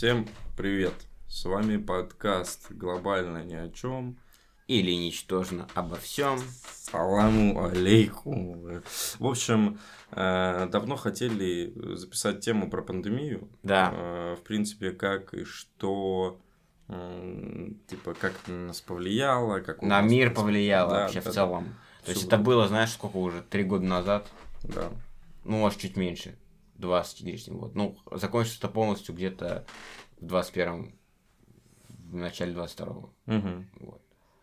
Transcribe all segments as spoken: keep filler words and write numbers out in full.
Всем привет! С вами подкаст «Глобально ни о чем». Или ничтожно обо всем. Саламу алейкум. В общем, давно хотели записать тему про пандемию. Да. В принципе, как и что, типа, как это на нас повлияло. Как на нас мир нас... повлияло да, вообще да, в целом. да. То есть Всё это вот было, знаешь, сколько уже? Три года назад? Да. Ну, может, чуть меньше. двадцать лишним год. Ну, закончилось это полностью где-то в двадцать первом, в начале двадцать второго. Угу. Вот.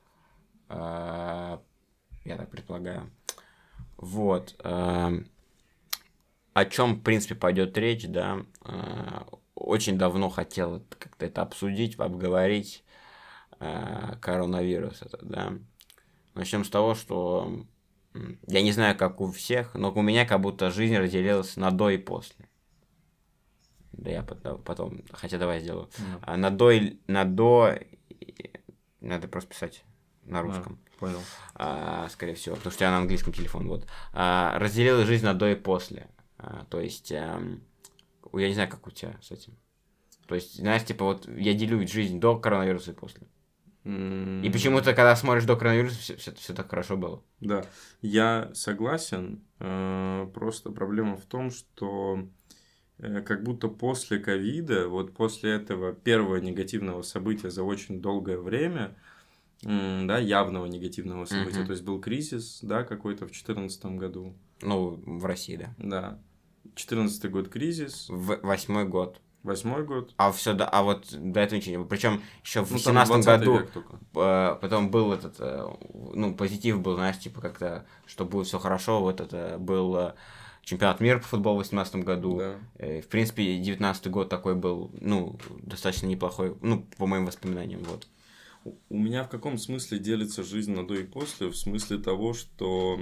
А, я так предполагаю. Вот. А, о чем, в принципе, пойдет речь, да. А, очень давно хотел как-то это обсудить, обговорить. А, коронавирус это, да. Начнем с того, что я не знаю, как у всех, но у меня как будто жизнь разделилась на до и после. Да я потом, хотя давай сделаю. Mm. А на до, на до, надо просто писать на русском. А, понял. А, скорее всего, потому что я на английском телефон. Вот. А, разделилась жизнь на до и после. А, то есть, а, я не знаю, как у тебя с этим. То есть, знаешь, типа вот я делю жизнь до коронавируса и после. И почему-то, когда смотришь до коронавируса, все, все, все так хорошо было. Да, я согласен. Просто проблема в том, что как будто после ковида, вот после этого первого негативного события за очень долгое время, да, явного негативного события, Mm-hmm. то есть был кризис, да, какой-то в две тысячи четырнадцатом году. Ну, в России, да. Да. четырнадцатый год кризис. В восьмой год. Восьмой год. А все, да, а вот до этого ничего не было. Причем еще в ну, семнадцатом году э, потом был этот, э, ну, позитив был, знаешь, типа как-то, что будет все хорошо. Вот это был э, чемпионат мира по футболу в восемнадцатом году. Да. Э, в принципе, девятнадцатый год такой был, ну, достаточно неплохой, ну, по моим воспоминаниям, вот. У меня в каком смысле делится жизнь на до и после? В смысле того, что,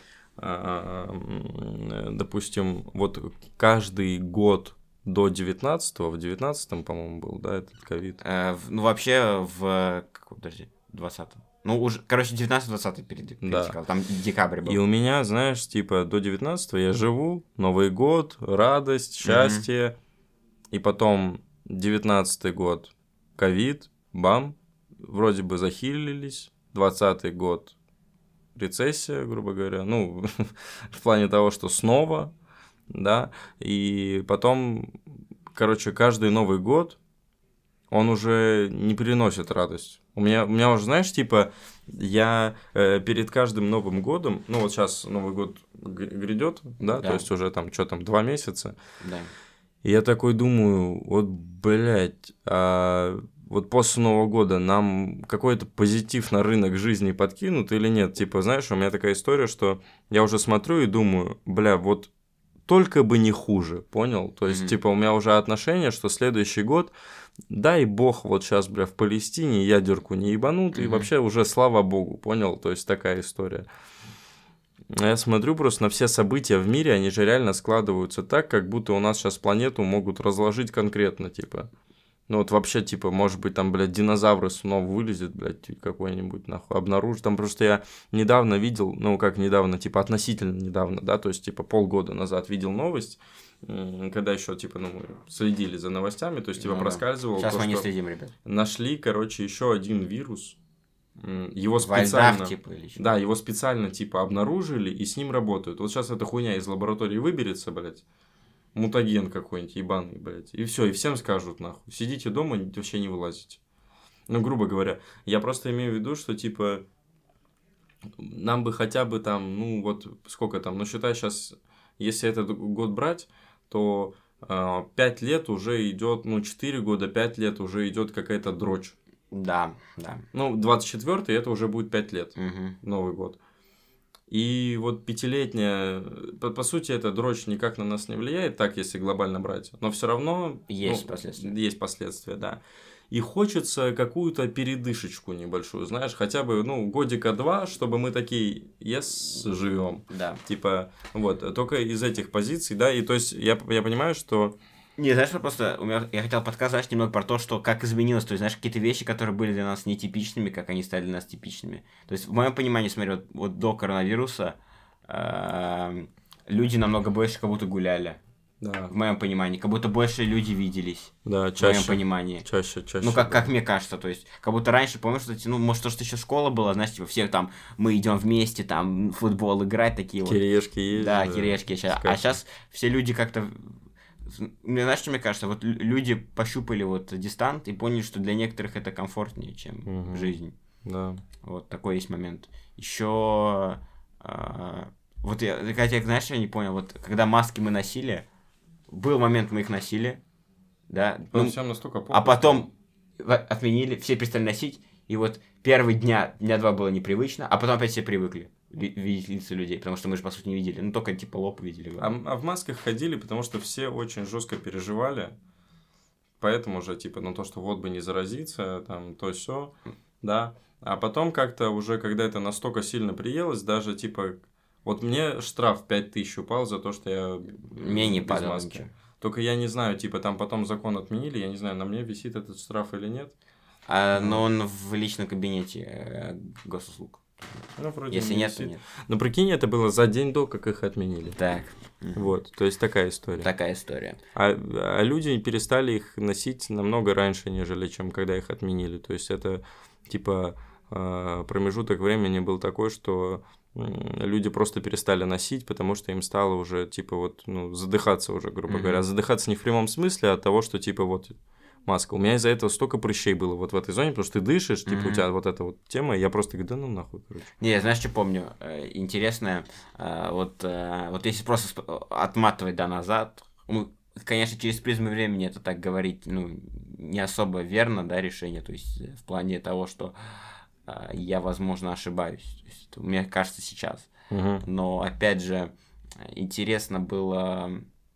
э, допустим, вот каждый год до девятнадцатого, в девятнадцатом, по-моему, был, да, этот ковид? Э, ну, вообще, в... Подожди, двадцатом. Ну, уже, короче, девятнадцатый-двадцатый перед, пересекал, да. Там декабрь был. И у меня, знаешь, типа, до девятнадцатого я живу, Новый год, радость, счастье, mm-hmm. и потом девятнадцатый год, ковид, бам, вроде бы захилились, двадцатый год, рецессия, грубо говоря, ну, в плане того, что снова... Да, и потом, короче, каждый Новый год, он уже не приносит радость. У меня, у меня уже, знаешь, типа, я э, перед каждым Новым годом, ну, вот сейчас Новый год грядет, да, да, то есть уже там, что там, два месяца. Да. И я такой думаю, вот, блядь, а вот после Нового года нам какой-то позитив на рынок жизни подкинут или нет? Типа, знаешь, у меня такая история, что я уже смотрю и думаю, бля, вот только бы не хуже, понял? То есть, mm-hmm. типа, у меня уже отношение, что следующий год, дай бог, вот сейчас, бля, в Палестине ядерку не ебанут, mm-hmm. и вообще уже слава богу, понял? То есть, такая история. Я смотрю просто на все события в мире, они же реально складываются так, как будто у нас сейчас планету могут разложить конкретно, типа. Ну вот вообще, типа, может быть, там, блядь, динозавры снова вылезет, блядь, какой-нибудь, нахуй, обнаружит. Там просто я недавно видел, ну, как недавно, типа, относительно недавно, да, то есть, типа, полгода назад видел новость, когда еще, типа, ну, мы следили за новостями, то есть, типа, ну, проскальзывал. Сейчас то, мы не следим, ребят. Нашли, короче, еще один вирус. Его специально... Вальдах, типа, или что? Да, его специально, типа, обнаружили и с ним работают. Вот сейчас эта хуйня из лаборатории выберется, блядь. Мутаген какой-нибудь, ебаный, блядь. И все, и всем скажут, нахуй. Сидите дома, вообще не вылазите. Ну, грубо говоря. Я просто имею в виду, что, типа, нам бы хотя бы там, ну, вот, сколько там, ну, считай сейчас, если этот год брать, то э, пять лет уже идет, ну, четыре года, пять лет уже идет какая-то дрочь. Да, да. Ну, двадцать четвёртый это уже будет пять лет, угу. Новый год. И вот пятилетняя, по, по сути, эта дрочь никак на нас не влияет, так, если глобально брать, но все равно... Есть ну, последствия. Есть последствия, да. И хочется какую-то передышечку небольшую, знаешь, хотя бы, ну, годика два, чтобы мы такие, yes, живем. Да. Типа, вот, только из этих позиций, да, и то есть я, я понимаю, что... Не, знаешь, просто у меня, я хотел подкаст, знаешь, немного про то, что как изменилось, то есть, знаешь, какие-то вещи, которые были для нас нетипичными, как они стали для нас типичными. То есть, в моем понимании, смотри, вот, вот до коронавируса э, люди намного больше как будто гуляли. Да. В моем понимании. Как будто больше люди виделись. Да, в чаще. моем понимании. Чаще, чаще. Ну, как, как мне кажется, то есть, как будто раньше, помнишь, что, ну, может, то, что еще школа была, знаешь, типа, все там, мы идем вместе, там, в футбол играть, такие вот. Кирешки есть. Да, кирешки. А сейчас все люди как-то... Мне, знаешь, что мне кажется? Вот люди пощупали вот дистант и поняли, что для некоторых это комфортнее, чем угу. жизнь. Да. Вот такой есть момент. Еще... А, вот я, хотя, знаешь, я не понял, вот когда маски мы носили, был момент, мы их носили, да, ну, всем настолько а потом отменили, все перестали носить, и вот первые дня, дня два было непривычно, а потом опять все привыкли видеть лица людей, потому что мы же, по сути, не видели, ну, только, типа, лоб видели. А, а в масках ходили, потому что все очень жестко переживали, поэтому же, типа, ну, то, что вот бы не заразиться, там, то все, да, а потом как-то уже, когда это настолько сильно приелось, даже, типа, вот мне штраф пять тысяч упал за то, что я мне не без маски. Ничего. Только я не знаю, типа, там потом закон отменили, я не знаю, на мне висит этот штраф или нет. А, но он в личном кабинете э, госуслуг. Ну, вроде Если не нет, висит. то нет. Но прикинь, это было за день до, как их отменили. Так. Вот, то есть такая история. Такая история. А, а люди перестали их носить намного раньше, нежели чем когда их отменили. То есть это, типа, промежуток времени был такой, что люди просто перестали носить, потому что им стало уже, типа, вот, ну, задыхаться уже, грубо mm-hmm. говоря. Задыхаться не в прямом смысле, а от того, что, типа, вот, маска. У меня из-за этого столько прыщей было вот в этой зоне, потому что ты дышишь, типа, mm-hmm. у тебя вот эта вот тема, и я просто говорю, да ну нахуй, короче. Не, я знаешь, что помню? Интересное, вот, вот если просто отматывать, да, назад, ну, конечно, через призму времени это так говорить, ну, не особо верно, да, решение, то есть в плане того, что я, возможно, ошибаюсь. То есть, мне кажется, сейчас. Угу. Но, опять же, интересно было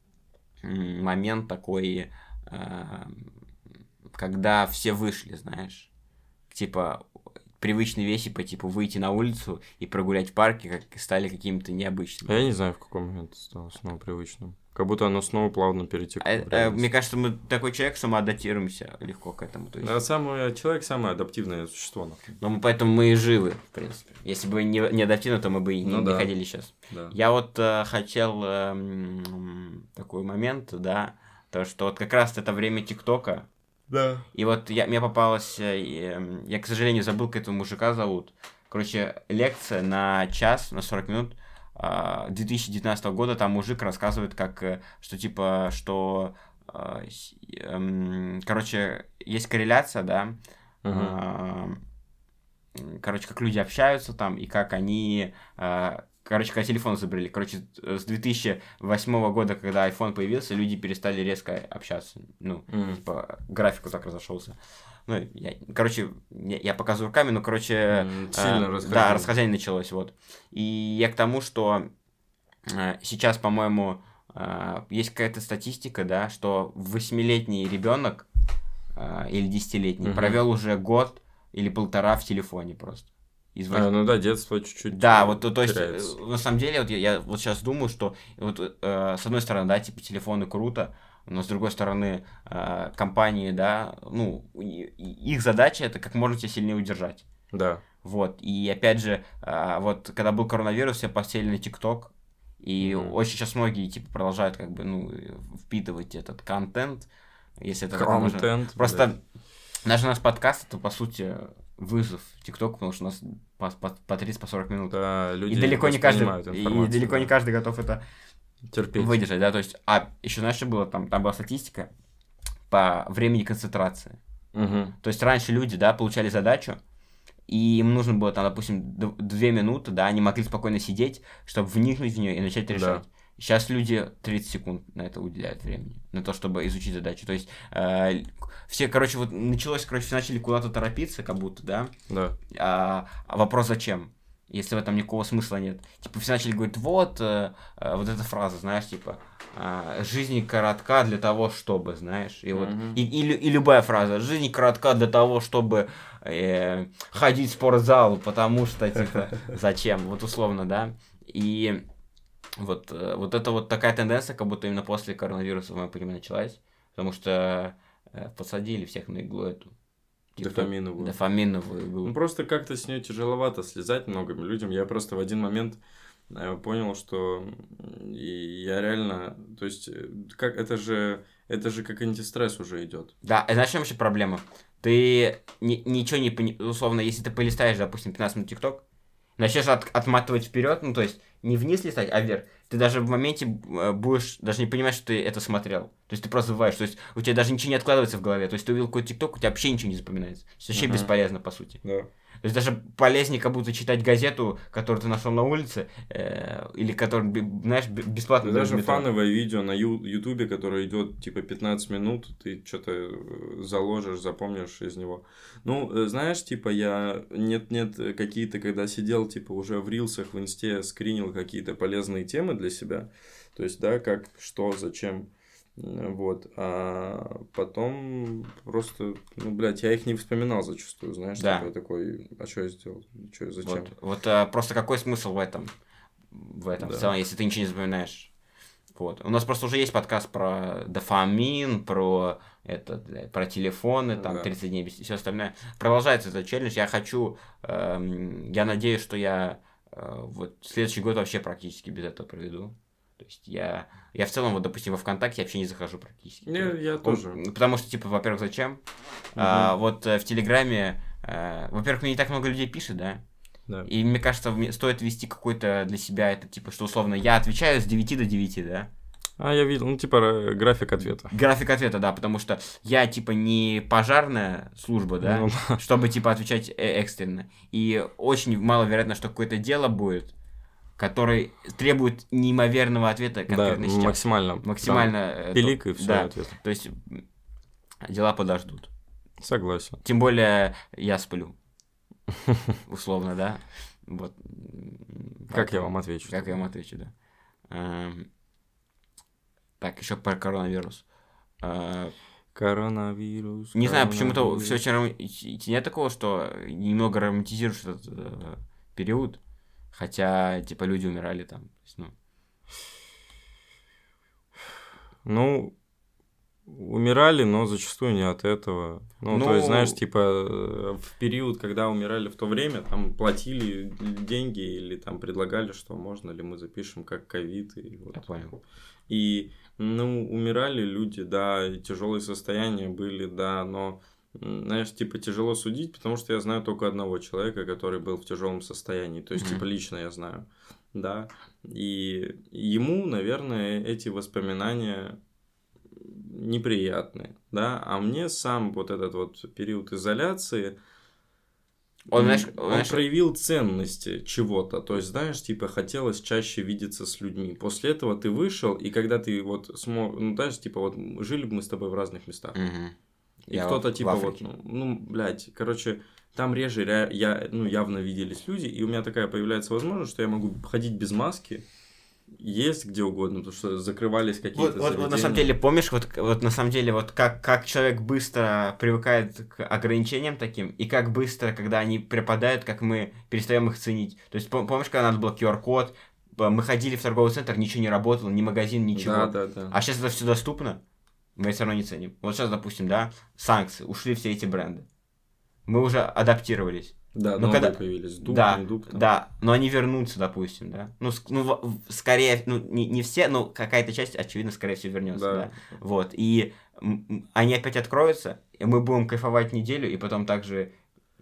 момент такой, когда все вышли, знаешь. Типа, привычные вещи по типу выйти на улицу и прогулять в парке как стали какими-то необычными. А я не знаю, в какой момент это стало снова привычным. Как будто оно снова плавно перетекло. А, а, мне кажется, мы такой человек, что мы адаптируемся легко к этому. То есть... Да, самый, человек самое адаптивное существо. Например. Но мы, поэтому мы и живы, в принципе. Если бы не, не адаптивно, то мы бы и не, ну, да. не ходили сейчас. Да. Я вот э, хотел э, м- такой момент, да, то, что вот как раз это время ТикТока. Да. И вот я, мне попалось, э, я, к сожалению, забыл, как этого мужика зовут. Короче, лекция на час, на сорок минут, две тысячи девятнадцатого года, там мужик рассказывает, как, что типа, что, короче, есть корреляция, да, uh-huh. короче, как люди общаются там, и как они, короче, когда телефон изобрели, короче, с две тысячи восьмого года, когда iPhone появился, люди перестали резко общаться, ну, uh-huh. типа, графику так разошелся. Ну, я, короче, я, я показываю руками, но, короче... Mm, сильно э, расхождение. Да, расхождение началось, вот. И я к тому, что э, сейчас, по-моему, э, есть какая-то статистика, да, что восьмилетний ребенок э, или десятилетний mm-hmm. провел уже год или полтора в телефоне просто. Из... А, ну да, детство чуть-чуть. Да, вот то, то есть, на самом деле, вот я, я вот сейчас думаю, что вот, э, с одной стороны, да, типа, телефоны круто, но, с другой стороны, э, компании, да, ну, их задача это как можно тебя сильнее удержать. Да. Вот, и опять же, э, вот, когда был коронавирус, все посели на ТикТок, и mm-hmm. очень сейчас многие, типа, продолжают, как бы, ну, впитывать этот контент, если это контент, можно. Просто даже наш подкаст, это, по сути, вызов ТикТоку, потому что у нас по, по, по тридцать-сорок минут. Да, люди и далеко не каждый, и далеко да. не каждый готов это терпеть. Выдержать, да, то есть, а еще знаешь, что было там, там была статистика по времени концентрации. Угу. То есть раньше люди, да, получали задачу, и им нужно было там, допустим, две минуты, да, они могли спокойно сидеть, чтобы вникнуть в нее и начать решать. Да. Сейчас люди тридцать секунд на это уделяют времени, на то, чтобы изучить задачу. То есть, э, все, короче, вот началось, короче, все начали куда-то торопиться, как будто, да? Да. А, а вопрос зачем? Если в этом никакого смысла нет. Типа, все начали говорить, вот, э, э, вот эта фраза, знаешь, типа, э, жизнь коротка для того, чтобы, знаешь, и вот, mm-hmm. и, и, и любая фраза, жизнь коротка для того, чтобы э, ходить в спортзал, потому что, типа, зачем, вот условно, да, и вот, э, вот это вот такая тенденция, как будто именно после коронавируса, в моем понимании, началась, потому что э, посадили всех на иглу эту. Дофаминовую. Дофаминовую иглу. Ну, просто как-то с нее тяжеловато слезать многим людям. Я просто в один момент я понял, что и я реально, то есть, как это же, это же как антистресс уже идет. Да, и знаешь, в чем еще проблема? Ты ни- ничего не пони... Условно, если ты полистаешь, допустим, пятнадцать минут ТикТок, начнешь от- отматывать вперед, ну, то есть, не вниз листать, а вверх, ты даже в моменте э, будешь даже не понимать, что ты это смотрел. То есть, ты просто забываешь, то есть, у тебя даже ничего не откладывается в голове. То есть, ты увидел какой-то ТикТок, у тебя вообще ничего не запоминается. То есть, вообще Ага. бесполезно, по сути. Да. То есть, даже полезнее, как будто читать газету, которую ты нашел на улице, э, или которую, б- знаешь, б- бесплатно Да даёшь в даже метро. фановое видео на Ю- Ютубе, которое идет типа пятнадцать минут, ты что-то заложишь, запомнишь из него. Ну, э, знаешь, типа я нет-нет, какие-то, когда сидел, типа уже в рилсах, в инсте скринил какие-то полезные темы для себя. То есть, да, как, что, зачем. М, Вот. А потом просто, ну, блядь, я их не вспоминал зачастую, знаешь, Да. типа я такой, а что я сделал? Что, зачем? Вот, вот а, просто какой смысл в этом? В этом, Да. в целом, если ты ничего не запоминаешь. Вот. У нас просто уже есть подкаст про дофамин, про это, про телефоны, там, Да. тридцать дней без и все остальное. Продолжается этот челлендж. Я хочу, эм, я надеюсь, что я э, вот следующий год вообще практически без этого проведу. То есть я, я в целом, вот, допустим, во ВКонтакте вообще не захожу практически. Не, я Он- тоже. Потому что, типа, во-первых, зачем? А, вот э, в Телеграме, э, во-первых, мне не так много людей пишет, да? Да. И мне кажется, вме- стоит вести какой-то для себя это, типа, что условно я отвечаю с девяти до девяти, да? А, я видел, ну, типа, р- график ответа. График ответа, да, потому что я, типа, не пожарная служба, да, Ну, да. чтобы, типа, отвечать э- экстренно. И очень маловероятно, что какое-то дело будет, которое требует неимоверного ответа Да, конкретно сейчас. максимально. Максимально. э, Там то- пилик и все да, ответ. то есть м, дела подождут. Согласен. Тем более я сплю. Условно, да. Вот. М, Как я поэтому- вам отвечу? Как я вам отвечу, да. Эм, Так, еще про коронавирус. Э, Коронавирус. Не знаю, почему-то коронавирус. все очень ром- нет такого, что немного романтизируешь этот э, период, хотя, типа, люди умирали там. То есть, ну, Ну, умирали, но зачастую не от этого. Ну, Ну- то есть, знаешь, типа, э, в период, когда умирали в то время, там платили деньги или там предлагали, что можно ли мы запишем как ковид. И вот. я понял. И, ну, умирали люди, да, и тяжелые состояния были, да, но, м, знаешь, типа, тяжело судить, потому что я знаю только одного человека, который был в тяжелом состоянии, то есть, Мгм. типа, лично я знаю, да, и ему, наверное, эти воспоминания неприятные, да, а мне сам вот этот вот период изоляции, Он, м, знаешь, он знаешь, проявил ценности чего-то. То есть, знаешь, типа, хотелось чаще видеться с людьми. После этого ты вышел, и когда ты вот смог... Ну, знаешь, типа, вот жили бы мы с тобой в разных местах. Мгм. И Я кто-то, в- в типа, вот, Африке. ну, ну, блядь, короче, там реже ре- я, ну, явно виделись люди, и у меня такая появляется возможность, что я могу ходить без маски, есть где угодно, потому что закрывались какие-то Вот, вот, вот на заведения. самом деле, помнишь, вот, вот на самом деле, вот как, как человек быстро привыкает к ограничениям таким, и как быстро, когда они пропадают, как мы перестаем их ценить. То есть, пом- помнишь, когда надо был ку ар-код, п- мы ходили в торговый центр, ничего не работало, ни магазин, ничего. Да, да, да. А сейчас это все доступно, мы все равно не ценим. Вот сейчас, допустим, да, санкции, ушли все эти бренды. Мы уже адаптировались. Да, Ну, новые когда- появились. Дуб, да, не дуб. там. да, но они вернутся, допустим, да. Ну, ск- ну в- в- скорее, ну, не, не все, но какая-то часть, очевидно, скорее всего, вернется, да. Да. Вот, и м, м, они опять откроются, и мы будем кайфовать неделю, и потом также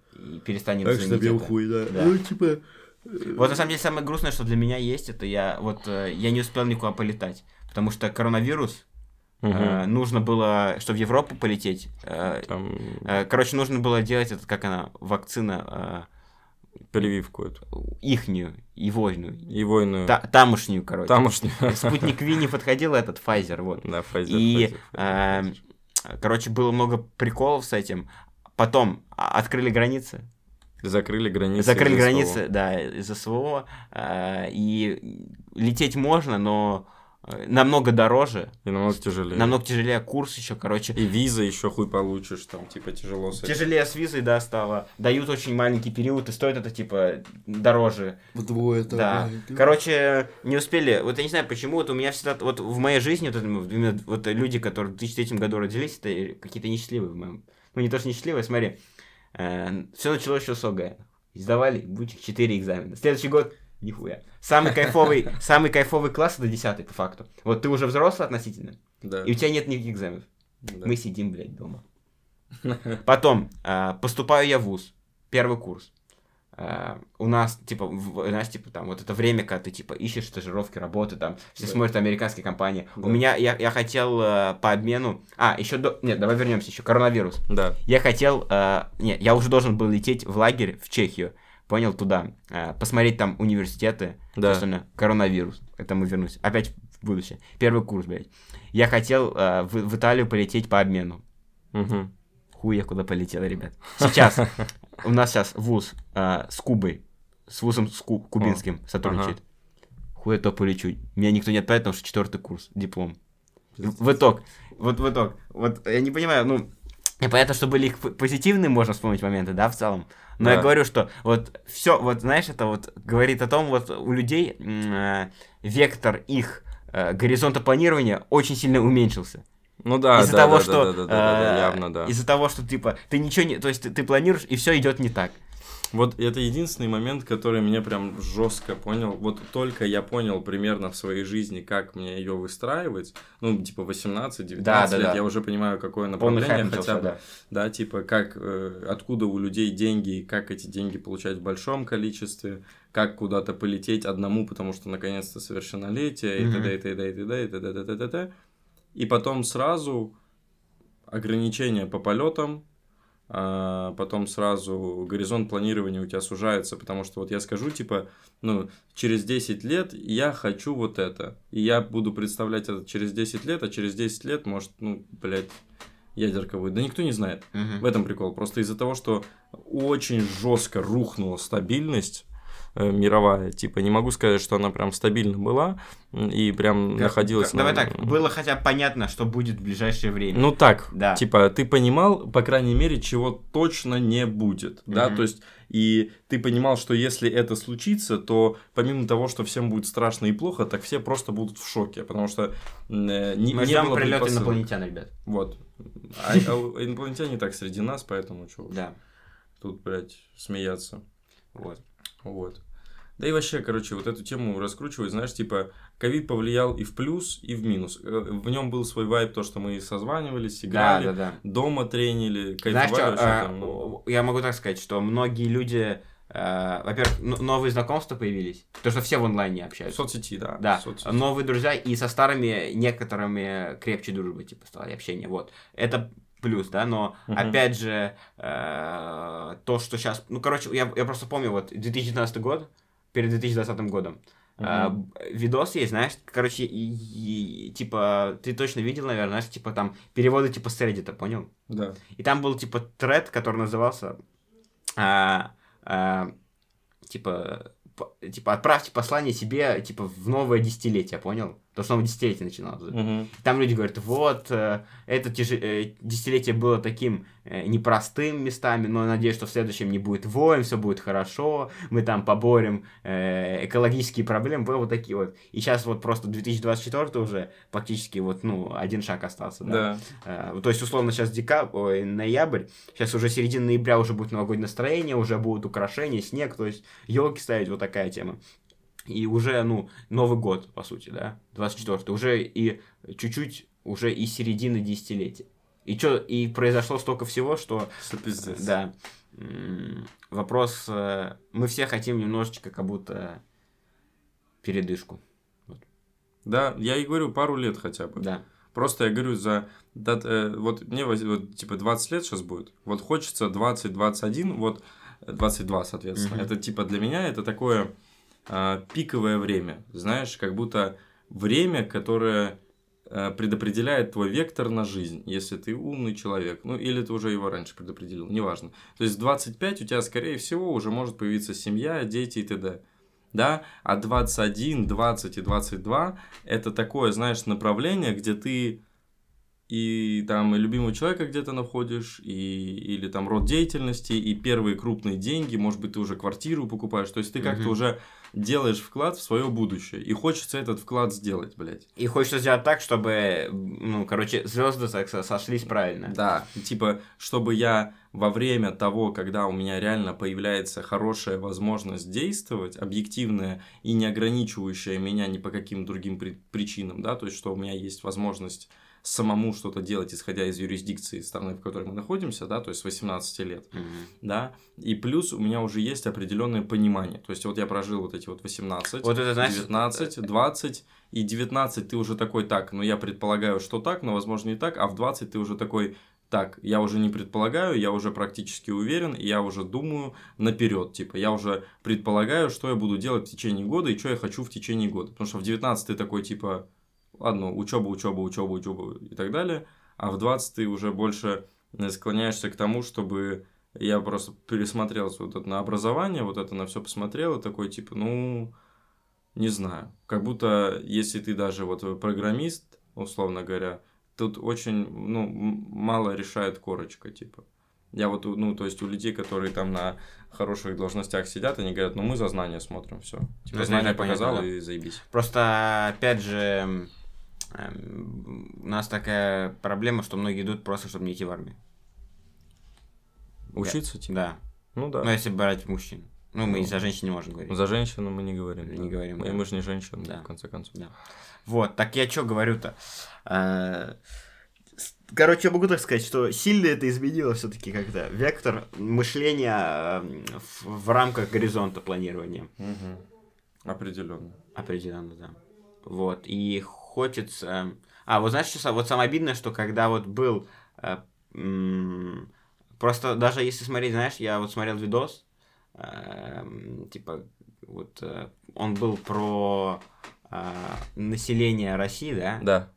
и перестанем Так ценить что бил это. хуй, да. Да. Ну, типа... Вот, на самом деле, самое грустное, что для меня есть, это я, вот, э, я не успел никуда полетать, потому что коронавирус, Мгм. э, нужно было, чтобы в Европу полететь, э, Там э, короче, нужно было делать это, как она, вакцина, прививку эту. э, ихнюю, ивойную, И войну. Та- тамошнюю, короче. Тамошнюю. Спутник Ви не подходил, этот Pfizer, вот. Да, Pfizer, И, Pfizer, Pfizer. эм, короче, было много приколов с этим. Потом а, открыли границы. Закрыли границы. Закрыли из-за границы, СВО. да, из СВО. э, И лететь можно, но э, намного дороже, И намного тяжелее. намного тяжелее курс еще, короче. И виза еще хуй получишь, там, типа, тяжело с этим. Тяжелее с визой, да, стало. Дают очень маленький период, и стоит это, типа, дороже. Вдвое там. Да. Короче, не успели. Вот я не знаю, почему. Вот у меня всегда. Вот в моей жизни, вот, это, именно вот люди, которые в две тысячи третьем году родились, это какие-то несчастливые в моем. Ну, не то, что несчастливые, смотри. все началось еще с ОГЭ. Сдавали, будь четыре экзамена. Следующий год Нихуя. Самый кайфовый, самый кайфовый класс это десятый, по факту. Вот ты уже взрослый относительно, Да. и у тебя нет никаких экзаменов. Да. Мы сидим, блядь, дома. Потом, а, поступаю я в вуз, первый курс. А, у нас, типа, в, знаешь, типа, там, вот это время, когда ты, типа, ищешь стажировки, работы, там, все Да. смотрят американские компании. Да. У меня, я, я хотел а, по обмену... А, еще до... Нет, давай вернемся еще, коронавирус. Да. Я хотел... А, нет, я уже должен был лететь в лагерь в Чехию, понял, туда, а, посмотреть там университеты, Да. собственно, коронавирус. Это мы вернусь. Опять в будущее. Первый курс, блядь. Я хотел а, в, в Италию полететь по обмену. Угу. Хуй я куда полетел, ребят. Сейчас, у нас сейчас вуз а, с Кубой, с вузом с ку- кубинским О, сотрудничает. Хуй я то полечу. Меня никто не отправит, потому что четвертый курс, диплом. В, в итог, вот в итог, вот я не понимаю, ну, понятно, что были их п- позитивные, можно вспомнить моменты, да, в целом. Но Да. я говорю, что вот все, вот знаешь, это вот говорит о том, вот у людей м, э, вектор их э, горизонта планирования очень сильно уменьшился. Ну да, из-за да, того, да, что да, да, да, да, да, э, явно, да. из-за того, что типа ты ничего не, то есть ты, ты планируешь и все идет не так. Вот это единственный момент, который меня прям жестко понял. Вот только я понял примерно в своей жизни, как мне ее выстраивать. Ну, типа восемнадцать-девятнадцать Да, да, лет, да. я уже понимаю, какое Полный направление хайп хотя начался, бы. да. Да, типа, как, э, откуда у людей деньги, и как эти деньги получать в большом количестве, как куда-то полететь одному, потому что наконец-то совершеннолетие, и т.д. и т.д. и т.д. и т.д. и т.д. и т.д. И потом сразу ограничения по полетам, а потом сразу горизонт планирования у тебя сужается, потому что вот я скажу, типа, ну, через десять лет я хочу вот это, и я буду представлять это через десять лет, а через десять лет, может, ну, блядь, ядерка будет. Да никто не знает. Мгм. В этом прикол. Просто из-за того, что очень жестко рухнула стабильность э, мировая, типа, не могу сказать, что она прям стабильно была и прям Как- находилась... как- Давай на- так, было хотя бы понятно, что будет в ближайшее время. Ну так, Да. типа, ты понимал, по крайней мере, чего точно не будет, да, Мгм. то есть, и ты понимал, что если это случится, то помимо того, что всем будет страшно и плохо, так все просто будут в шоке, потому что э, не, Мы не ждем было прилет предпосылок. инопланетян, ребят. Вот. А, а у- инопланетяне так среди нас, поэтому что Да. тут, блядь, смеяться. Вот. Вот. Да и вообще, короче, вот эту тему раскручивать, знаешь, типа, ковид повлиял и в плюс, и в минус. Э, В нем был свой вайб, то, что мы созванивались, Да, играли, да, да. дома тренили, Знаешь кайфовали что, вообще а, там, ну. я могу так сказать, что многие люди, а, во-первых, н- новые знакомства появились, потому что все в онлайне В общаются. соцсети, да. Да, в соцсети. новые друзья, и со старыми некоторыми крепче дружбы, типа, стало общение, вот. Это плюс, да, но, Мгм. опять же, э, то, что сейчас, ну, короче, я, я просто помню, вот, две тысячи девятнадцатый год, перед две тысячи двадцатым годом, э, Мгм. видос есть, знаешь, короче, и, и, типа, ты точно видел, наверное, знаешь, типа, там, переводы, типа, с Reddit, понял? Да. И там был, типа, тред, который назывался, а, а, типа, по- типа, отправьте послание себе, типа, в новое десятилетие, понял? Потому что новое десятилетие начиналось. Мгм. Там люди говорят, вот, э, это тяжи- э, десятилетие было таким э, непростым местами, но надеюсь, что в следующем не будет войн, все будет хорошо, мы там поборем э, экологические проблемы, было вот такие вот. И сейчас вот просто две тысячи двадцать четвёртый уже практически вот, ну, один шаг остался, да. Да. Э, то есть, условно, сейчас декабрь, ой, ноябрь, сейчас уже середина ноября уже будет новогоднее настроение, уже будут украшения, снег, то есть, елки ставить, вот такая тема. И уже, ну, Новый год, по сути, да, двадцать четвёртый, уже и чуть-чуть, уже и середина десятилетия. И чё, и произошло столько всего, что, Всё пиздец. да, м, вопрос, э, мы все хотим немножечко как будто передышку, Да, я и говорю, пару лет хотя бы. да. Просто я говорю, за дат- э, вот мне воз- вот, типа двадцать лет сейчас будет. Вот хочется двадцать двадцать один, вот э, двадцать два, соответственно. Мгм. Это типа для меня это такое а, пиковое время. Знаешь, как будто время, которое а, предопределяет твой вектор на жизнь, если ты умный человек. Ну, или ты уже его раньше предопределил, неважно. То есть в двадцать пять у тебя, скорее всего, уже может появиться семья, дети и т.д. Да, а двадцать один, двадцать и двадцать два это такое, знаешь, направление, где ты и там и любимого человека где-то находишь, и, или там род деятельности, и первые крупные деньги, может быть, ты уже квартиру покупаешь, то есть ты как-то Мгм. уже делаешь вклад в свое будущее, и хочется этот вклад сделать, блядь. И хочется сделать так, чтобы, ну, короче, звезды так со- сошлись правильно. Да, типа, чтобы я во время того, когда у меня реально появляется хорошая возможность действовать, объективная и не ограничивающая меня ни по каким другим при- причинам, да, то есть, что у меня есть возможность самому что-то делать, исходя из юрисдикции страны, в которой мы находимся, да, то есть с восемнадцати лет, Мгм. да, и плюс у меня уже есть определенное понимание, то есть вот я прожил вот эти вот восемнадцать, Вот это, знаешь, девятнадцать, двадцать, и девятнадцать ты уже такой, так, ну я предполагаю, что так, но возможно не так, а в двадцать ты уже такой, так, я уже не предполагаю, я уже практически уверен, и я уже думаю наперед, типа, я уже предполагаю, что я буду делать в течение года и что я хочу в течение года, потому что в девятнадцать ты такой, типа, ладно, учеба, учеба, учеба, учеба и так далее, а в двадцать ты уже больше склоняешься к тому, чтобы я просто пересмотрел вот это на образование, вот это на все посмотрел, и такой, типа, ну, не знаю, как будто если ты даже вот программист, условно говоря, тут очень, ну, м- мало решает корочка, типа. Я вот, ну, то есть у людей, которые там на хороших должностях сидят, они говорят, ну, мы за знания смотрим, все. Ну, Типа, это- знания это понятно, показал да. и заебись. Просто, опять же, эм, у нас такая проблема, что многие идут просто, чтобы не идти в армию. Учиться, типа? Да. Ну, Ну, да. если брать мужчин. Ну, мы Ну, за женщин не можем говорить. За женщину мы не говорим. Не да. говорим, Мы, да. мы же не женщины, Да. в конце концов. Да. Вот, так я что говорю-то? Э, с- Короче, я могу так сказать, что сильно это изменило все-таки как-то вектор мышления э, в, в рамках горизонта планирования. Определенно. Определенно, да. Вот, и хочется... А, вот знаешь, что са- вот самое обидное, что когда вот был... э, м, Просто даже если смотреть, знаешь, я вот смотрел видос, эм, типа, вот э, он был про э, население России, да? Да.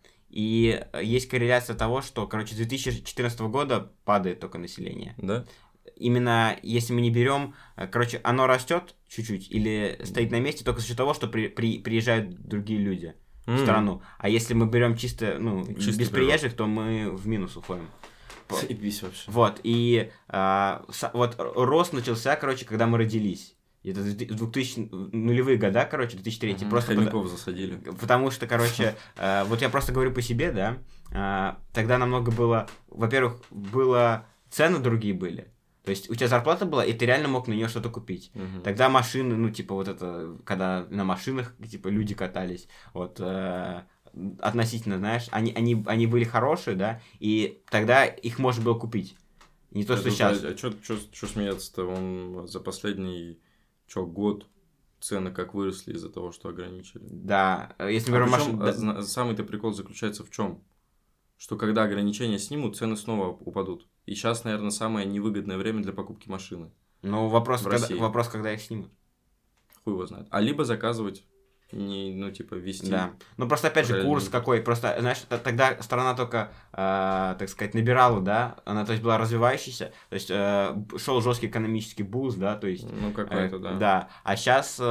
И есть корреляция того, что, короче, с две тысячи четырнадцатого года падает только население. Да? Именно если мы не берем, э, короче, оно растет чуть-чуть или стоит на месте только за счет того, что при, при- приезжают другие люди в М. страну. А если мы берем чисто, ну, Чистый без прирост. приезжих, то мы в минус уходим. По- Заебись вообще. Вот, и а, са- вот рост начался, короче, когда мы родились. Это двухтысячные нулевые года, короче, две тысячи третий. Мгм. Просто Хомяков засадили. потому, потому что, короче, э, вот я просто говорю по себе, да, э, тогда намного было, во-первых, было, цены другие были. То есть у тебя зарплата была, и ты реально мог на нее что-то купить. Мгм. Тогда машины, ну, типа, вот это, когда на машинах, типа, люди катались, вот, э, относительно, знаешь, они, они, они были хорошие, да, и тогда их можно было купить. Не то, А что тут, сейчас. А, что смеяться-то? Он за последний чё, год цены как выросли из-за того, что ограничили. Да, если мы А берем причем, машину... а, зна- самый-то прикол заключается в чем? Что когда ограничения снимут, цены снова упадут. И сейчас, наверное, самое невыгодное время для покупки машины. Ну, вопрос, в когда, России. вопрос, когда их снимут. Хуй его знает. А либо заказывать, не, ну, типа, вести. Да. Ну, просто, опять же, Параллельно курс импорт. какой. Просто, знаешь, т- тогда страна только, э, так сказать, набирала, да, она, то есть, была развивающейся, то есть, э, шел жесткий экономический буст, да, то есть... Ну, какой-то, э, да. Да, а сейчас...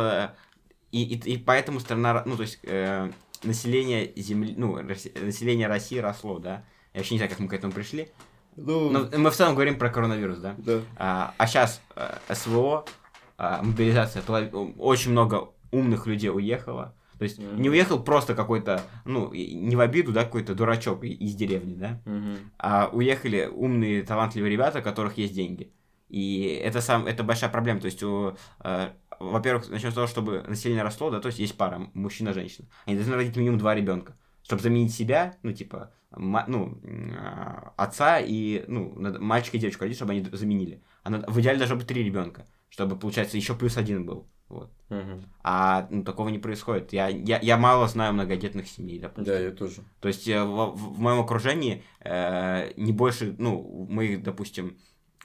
и, и, и поэтому страна, ну, то есть, э, население земли, ну, Росси- население России росло, да. Я вообще не знаю, как мы к этому пришли. Ну, Но мы в целом говорим про коронавирус, да. да. А, а сейчас э, СВО, э, мобилизация, полов- очень много умных людей уехало. То есть Мгм. не уехал просто какой-то, ну, и- не в обиду, да, какой-то дурачок и- из деревни, да, Мгм. а уехали умные, талантливые ребята, у которых есть деньги. И это, сам, это большая проблема. То есть, у, э, во-первых, начнем с того, чтобы население росло, да, то есть есть пара, мужчина-женщина. Они должны родить минимум два ребенка, чтобы заменить себя, ну, типа, ма- ну, м, а, отца и, ну, надо мальчика и девочку родить, чтобы они заменили. А надо- в идеале должно быть три ребенка, чтобы, получается, еще плюс один был. Вот. Мгм. А ну, такого не происходит. Я, я, я мало знаю многодетных семей, допустим. Да, я тоже. То есть э, в, в- в моем окружении э, не больше, ну, моих, допустим,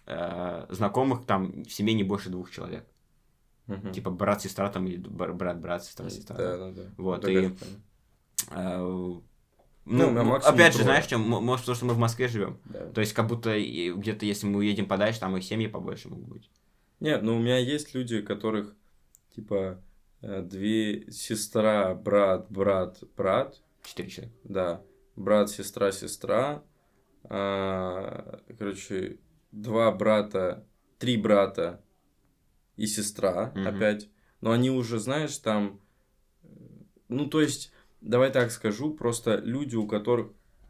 э, знакомых там в семье не больше двух человек. Мгм. Типа брат-сестра там или бр- брат-брат, сестра-сестра. Да, да, да. Вот, Да, и- конечно. Э, Ну, ну, на ну, максимум опять же, трое. знаешь, чем, может, потому что мы в Москве живем. Да. То есть, как будто и где-то, если мы уедем подальше, там их семьи побольше могут быть. Нет, ну у меня есть люди, которых, типа, э, две сестра, брат, брат, брат, Четыре человека. да, брат, сестра, сестра, а, короче, два брата, три брата и сестра Мгм. опять. Но они уже, знаешь, там... Ну, то есть, давай так скажу, просто люди, у которых...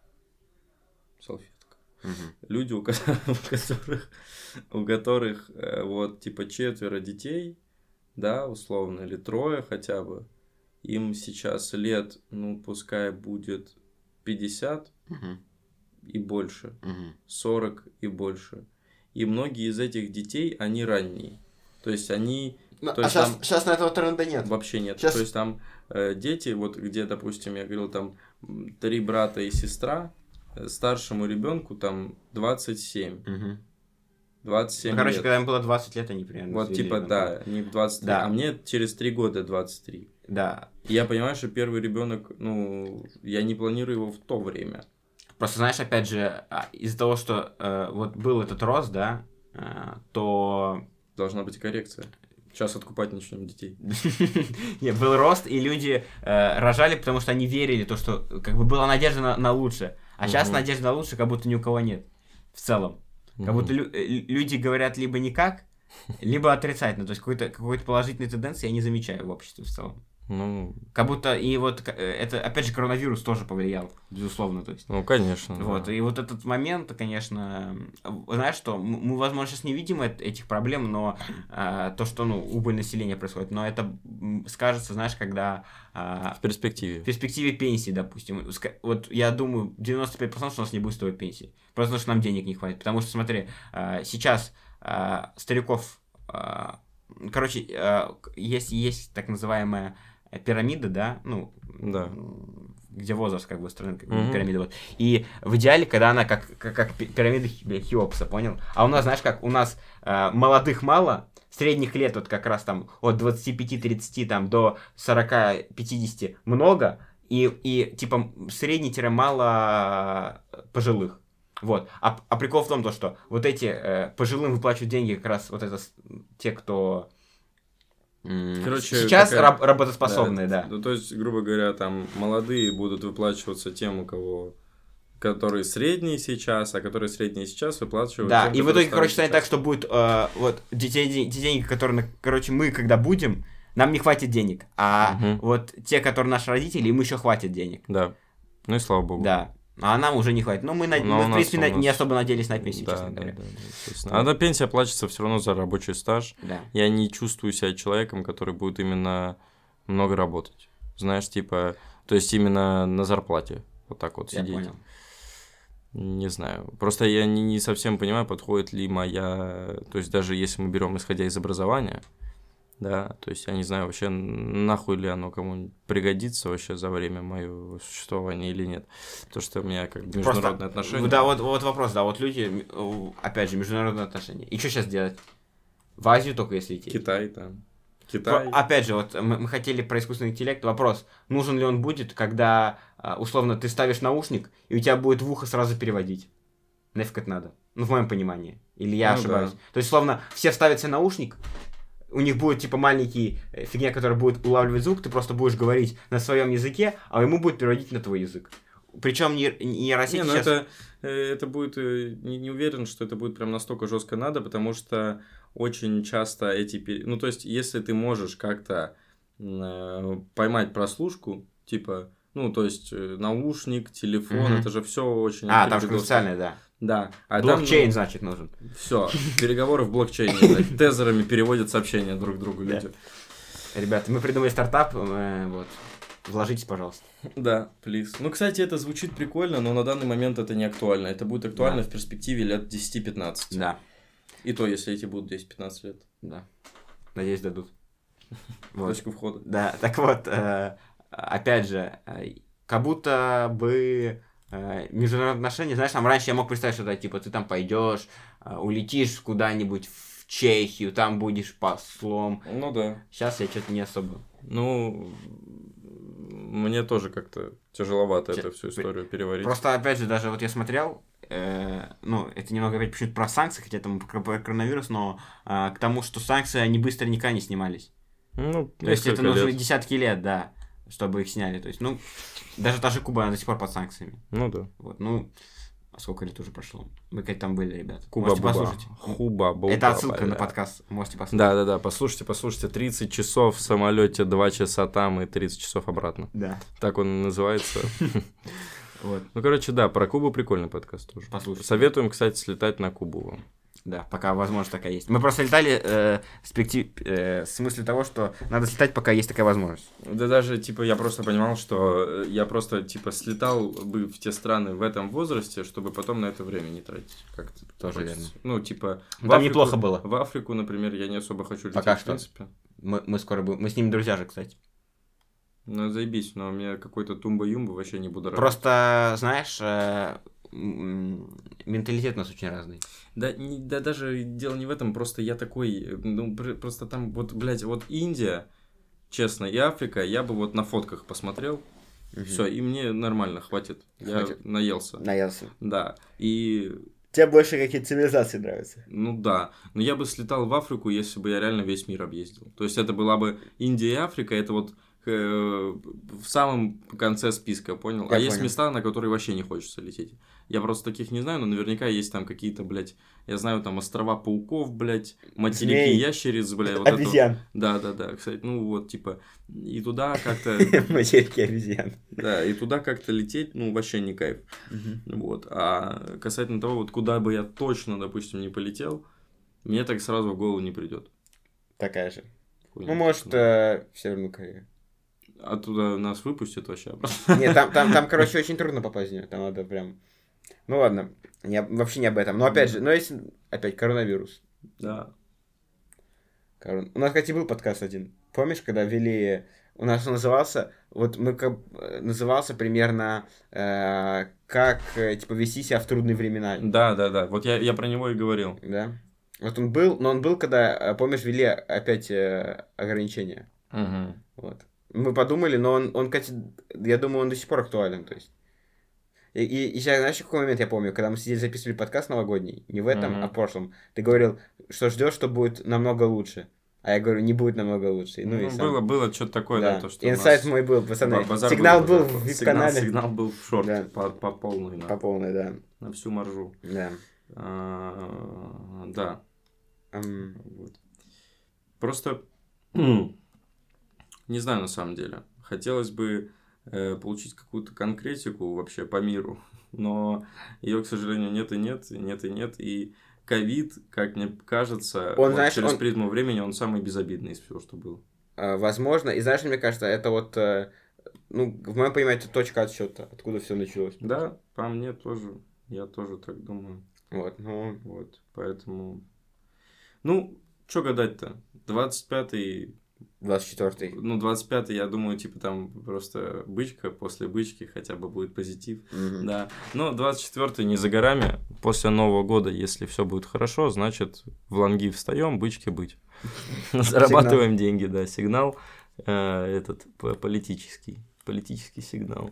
Салфетка. Мгм. Люди, у ко- у которых, у которых э, вот, типа, четверо детей, да, условно, или трое хотя бы, им сейчас лет, ну, пускай будет пятьдесят Мгм. и больше, Мгм. сорок и больше. И многие из этих детей, они ранние. То есть, они... Ну, То а есть, сейчас, там сейчас на этого тренда нет. вообще нет. Щас- То есть, там э, дети, вот где, допустим, я говорил, там м, три брата и сестра, э, старшему ребенку там двадцать семь. Мгм. двадцать семь Ну, короче, лет. когда им было двадцать лет, они примерно Вот, завели типа, ребенка. да, не в двадцать три, Да. а мне через три года двадцать три. Да. И я понимаю, что первый ребенок, ну, я не планирую его в то время. Просто, знаешь, опять же, а, из-за того, что э, вот был этот рост, да, э, то... Должна быть и коррекция. Сейчас откупать начнем детей. Не, был рост, и люди э, рожали, потому что они верили, то, что как бы была надежда на, на лучшее. А сейчас Мгм. надежда на лучшее как будто ни у кого нет. В целом. Как будто лю- э, люди говорят либо никак, либо отрицательно. То есть какой-то, какой-то положительной тенденции я не замечаю в обществе в целом. Ну, Как будто и вот к- э, это, опять же, коронавирус тоже повлиял, безусловно, то есть. ну, конечно. Вот, да. и вот этот момент, конечно, э, знаешь что, м- мы, возможно, сейчас не видим эт- этих проблем, но э, то, что, ну, убыль населения происходит, но это м, скажется, знаешь, когда э, В перспективе. в перспективе пенсии, допустим, ска- вот я думаю, девяносто пять процентов, что у нас не будет с тобой пенсии, просто потому что нам денег не хватит, потому что, смотри, э, сейчас э, стариков, э, короче, э, есть, есть так называемая пирамида, да, ну, Да. м, где возраст, как бы, страны, как бы, Мгм. пирамида, вот. И в идеале, когда она как, как, как пи- пирамида Хи- Хеопса, понял? А у нас, знаешь, как, у нас э, молодых мало, средних лет вот как раз там от двадцати пяти тридцати там до сорока пятидесяти много, и, и типа средний-мало пожилых. Вот. А, а прикол в том, то, что вот эти э, пожилым выплачивают деньги как раз вот это с- те, кто м, Короче, сейчас такая- раб- работоспособные, да. Ну, то есть, грубо говоря, там молодые будут выплачиваться тем, у кого... Которые средние сейчас, а которые средние сейчас выплачивают Да, тем, и в которые итоге, короче, старые станет так, сейчас. что будет э, вот те, те, те деньги, которые, на- короче, мы когда будем, нам не хватит денег, а Мгм. вот те, которые наши родители, им еще хватит денег. Да. Ну и слава богу. Да. А нам уже не хватит. Но мы, на- Но мы у в нас- принципе, у на- нас- не особо надеялись на пенсию, Да, честно да, говоря. да, да, естественно. Вот. А на пенсия платится все равно за рабочий стаж. Да. Я не чувствую себя человеком, который будет именно много работать. Знаешь, типа, то есть именно на зарплате. Вот так вот Я сидеть. понял. Не знаю. Просто я не, не совсем понимаю, подходит ли моя... То есть даже если мы берем исходя из образования, да, то есть я не знаю вообще, нахуй ли оно кому-нибудь пригодится вообще за время моего существования или нет. Потому что у меня как бы международные отношения. Да, вот, вот вопрос, да, вот люди, м, опять же, международные отношения. И что сейчас делать? В Азию только если идти. Китай там. Китай. Про- Опять же, вот мы, мы хотели про искусственный интеллект. Вопрос, нужен ли он будет, когда, а, условно, ты ставишь наушник, и у тебя будет в ухо сразу переводить. Нафиг это надо? Ну, в моем понимании. Или я Ну ошибаюсь. да. То есть, условно, все ставят себе наушник, у них будет, типа, маленький э, фигня, которая будет улавливать звук, ты просто будешь говорить на своем языке, а ему будет переводить на твой язык. Причем не, не нейросеть Не, ну сейчас... это, э, это будет, э, не, не уверен, что это будет прям настолько жестко надо, потому что очень часто эти, пере- ну то есть, если ты можешь как-то э, поймать прослушку, типа, ну то есть, э, наушник, телефон, Мгм. это же все очень... А, открыто там же доступно. специальное, да. Да. А Блокчейн, значит, нужен. Все, переговоры в блокчейне, блядь, тезерами переводят сообщения друг другу Да. люди. Ребята, мы придумали стартап, э, вот. Вложитесь, пожалуйста. Да, плиз. Ну, кстати, это звучит прикольно, но на данный момент это не актуально. Это будет актуально Да. в перспективе лет десять-пятнадцать. Да, И то, если эти будут десять-пятнадцать лет. да. Надеюсь, дадут. Вот. Точку входа. Да, так вот, э, опять же, э, как будто бы э, международные отношения, знаешь, там раньше я мог представить, что да, типа ты там пойдешь, э, улетишь куда-нибудь в Чехию, там будешь послом. Ну да. Сейчас я что-то не особо. Ну, мне тоже как-то тяжеловато Че- эту всю историю переварить. Просто, опять же, даже вот я смотрел, э, ну, это немного опять почему-то про санкции, хотя там про, про коронавирус, но э, к тому, что санкции, они быстро никогда не снимались. Ну, То есть это несколько нужно лет. десятки лет, да. чтобы их сняли. То есть, ну, даже та же Куба, она до сих пор под санкциями. Ну да. Вот, ну, а сколько лет уже прошло? Мы как там были, ребята. Куба Можете Буба. послушать. Хуба-буба. Это отсылка бля. на подкаст. Можете послушать. Да-да-да, послушайте, послушайте. тридцать часов в самолете, два часа там и тридцать часов обратно. Да. Так он называется. Вот. Ну, короче, да, про Кубу прикольный подкаст тоже. Послушайте. Советуем, кстати, слетать на Кубу. Да, пока возможность такая есть. Мы просто летали э, с, перспектив- э, в смысле того, что надо слетать, пока есть такая возможность. Да даже, типа, я просто понимал, что я просто, типа, слетал бы в те страны в этом возрасте, чтобы потом на это время не тратить. Как-то Тоже хочется. верно. Ну, типа... Там в Африку- неплохо было. В Африку, например, я не особо хочу лететь, Пока в что. принципе. Мы, мы скоро будем. Мы с ними друзья же, кстати. Ну, заебись, но у меня какой-то тумба-юмба вообще не буду Просто, знаешь, э, м, менталитет у нас очень разный. Да, не, да даже дело не в этом, просто я такой, ну, пр- просто там, вот, блядь, вот Индия, честно, и Африка, я бы вот на фотках посмотрел, Мгм. все, и мне нормально, хватит, я Хватит. наелся, Наелся. да, и, Тебе больше какие цивилизации нравятся? ну да, но я бы слетал в Африку, если бы я реально весь мир объездил, то есть это была бы Индия и Африка, это вот э, в самом конце списка, понял? Я а есть понял. места, на которые вообще не хочется лететь. Я просто таких не знаю, но наверняка есть там какие-то, блядь, я знаю, там острова пауков, блядь, материки Змей. ящериц, блядь. Вот это вот. Обезьян. Да, да, да, кстати, ну вот, типа, и туда как-то, Материки обезьян. да, и туда как-то лететь, ну, вообще не кайф. Вот, а касательно того, вот куда бы я точно, допустим, не полетел, мне так сразу в голову не придет. Такая же. Хуйня. Ну, может, э, в Северную Корею. Оттуда нас выпустят вообще обратно. Нет, там, там, там, короче, очень трудно попасть в нее. Там надо прям... Ну, ладно. Не, об- вообще не об этом. Но, опять же, но если... Опять, коронавирус. Да. Корон- У нас, кстати, был подкаст один. Помнишь, когда ввели... У нас он назывался... Вот мы как... э, Назывался примерно... э, как, э, типа, вести себя в трудные времена. Да, да, да, вот я, я про него и говорил. Да? Вот он был... Но он был, когда, э, помнишь, ввели опять э, ограничения. Угу. Вот. Мы подумали, но он, он, кстати, я думаю, он до сих пор актуален, то есть. И, и, и сейчас, знаешь, какой момент я помню, когда мы сидели, записывали подкаст новогодний, не в этом, Мгм. а в прошлом, ты говорил, что ждешь, что будет намного лучше. А я говорю, не будет намного лучше. И, ну, Ну, и сам- было, было что-то такое, да. да, то, что И у инсайт нас мой был, пацаны. ба- базар Сигнал был, был базар в был. Сигнал, вип-канале. сигнал был в шорт, Да. по, по полной, По на, полной, да. на всю маржу. Да. А, да, Ам, вот. Просто, не знаю на самом деле, хотелось бы э, получить какую-то конкретику вообще по миру, но ее, к сожалению, нет и нет, и нет и нет, и ковид, как мне кажется, Он, вот знаешь, через он- призму времени он самый безобидный из всего, что было. а, возможно, и знаешь, мне кажется, это вот, э, ну, в моем понимании, это точка отсчета, откуда все началось. Да, по мне тоже, я тоже так думаю. Вот, ну, Вот, поэтому... Ну, что гадать-то? двадцать пятый, двадцать четвёртый. ну, двадцать пятый, я думаю, типа там просто бычка, после бычки хотя бы будет позитив. Мгм. Да, но двадцать четвёртый не за горами. После Нового года, если все будет хорошо, значит, в лонги встаем, бычки быть. Зарабатываем деньги, да, сигнал э, этот п- политический, политический сигнал.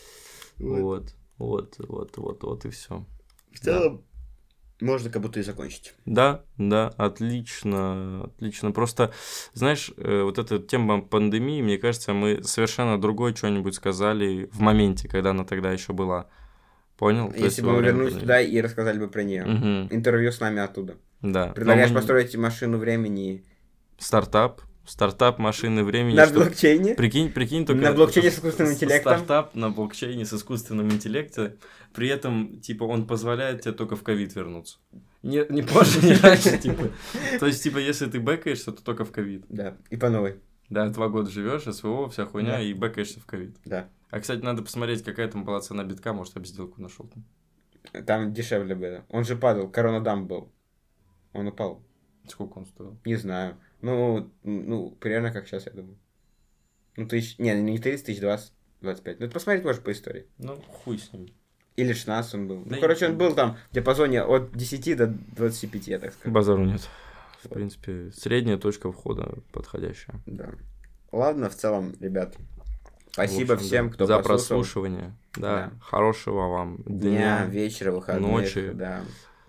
Вот, вот, вот, вот, вот и все. В целом, можно как будто и закончить. Да, да, отлично, отлично. Просто, знаешь, э, вот эта тема пандемии, мне кажется, мы совершенно другое что-нибудь сказали в моменте, когда она тогда еще была. Понял? То есть Если бы во мы время вернулись пандемии. туда и рассказали бы про нее. Мгм, Интервью с нами оттуда. да. Но Предлагаешь мы не- построить машину времени Стартап, стартап машины времени. на что- блокчейне? Прикинь, прикинь, только... На блокчейне с- с искусственным с- интеллектом? Стартап на блокчейне с искусственным интеллектом. При этом, типа, он позволяет тебе только в ковид вернуться. Не, не позже, не раньше, типа. То есть, типа, если ты бэкаешься, то только в ковид. Да, и по новой. Да, два года живешь, СВО, вся хуйня, Да. и бэкаешься в ковид. Да. А, кстати, надо посмотреть, какая там была цена битка, может, я бы сделку нашел. Там дешевле было. Он же падал, коронадам был. Он упал. Сколько он стоил? Не знаю. Ну, ну, примерно как сейчас, я думаю. Ну, тысяч... Не, не тридцать тысяч, двадцать, двадцать пять. Ну, это посмотреть можно по истории. Ну, хуй с ним. Или шестнадцать он был. Да Ну, короче, и- он был там в диапазоне от десяти до двадцати пяти, я так скажу. Базару нет. В принципе, средняя точка входа подходящая. Да. Ладно, в целом, ребят. Спасибо В общем, всем, да. кто За послушал. прослушивание. Да. Да. Хорошего вам Дня, дня. вечера, выходных. ночи. Да.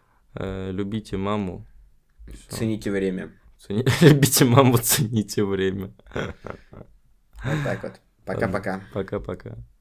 Э, любите маму. Всё. Цените время. Цени- Любите маму, цените время. Вот так вот. Пока-пока. Пока-пока.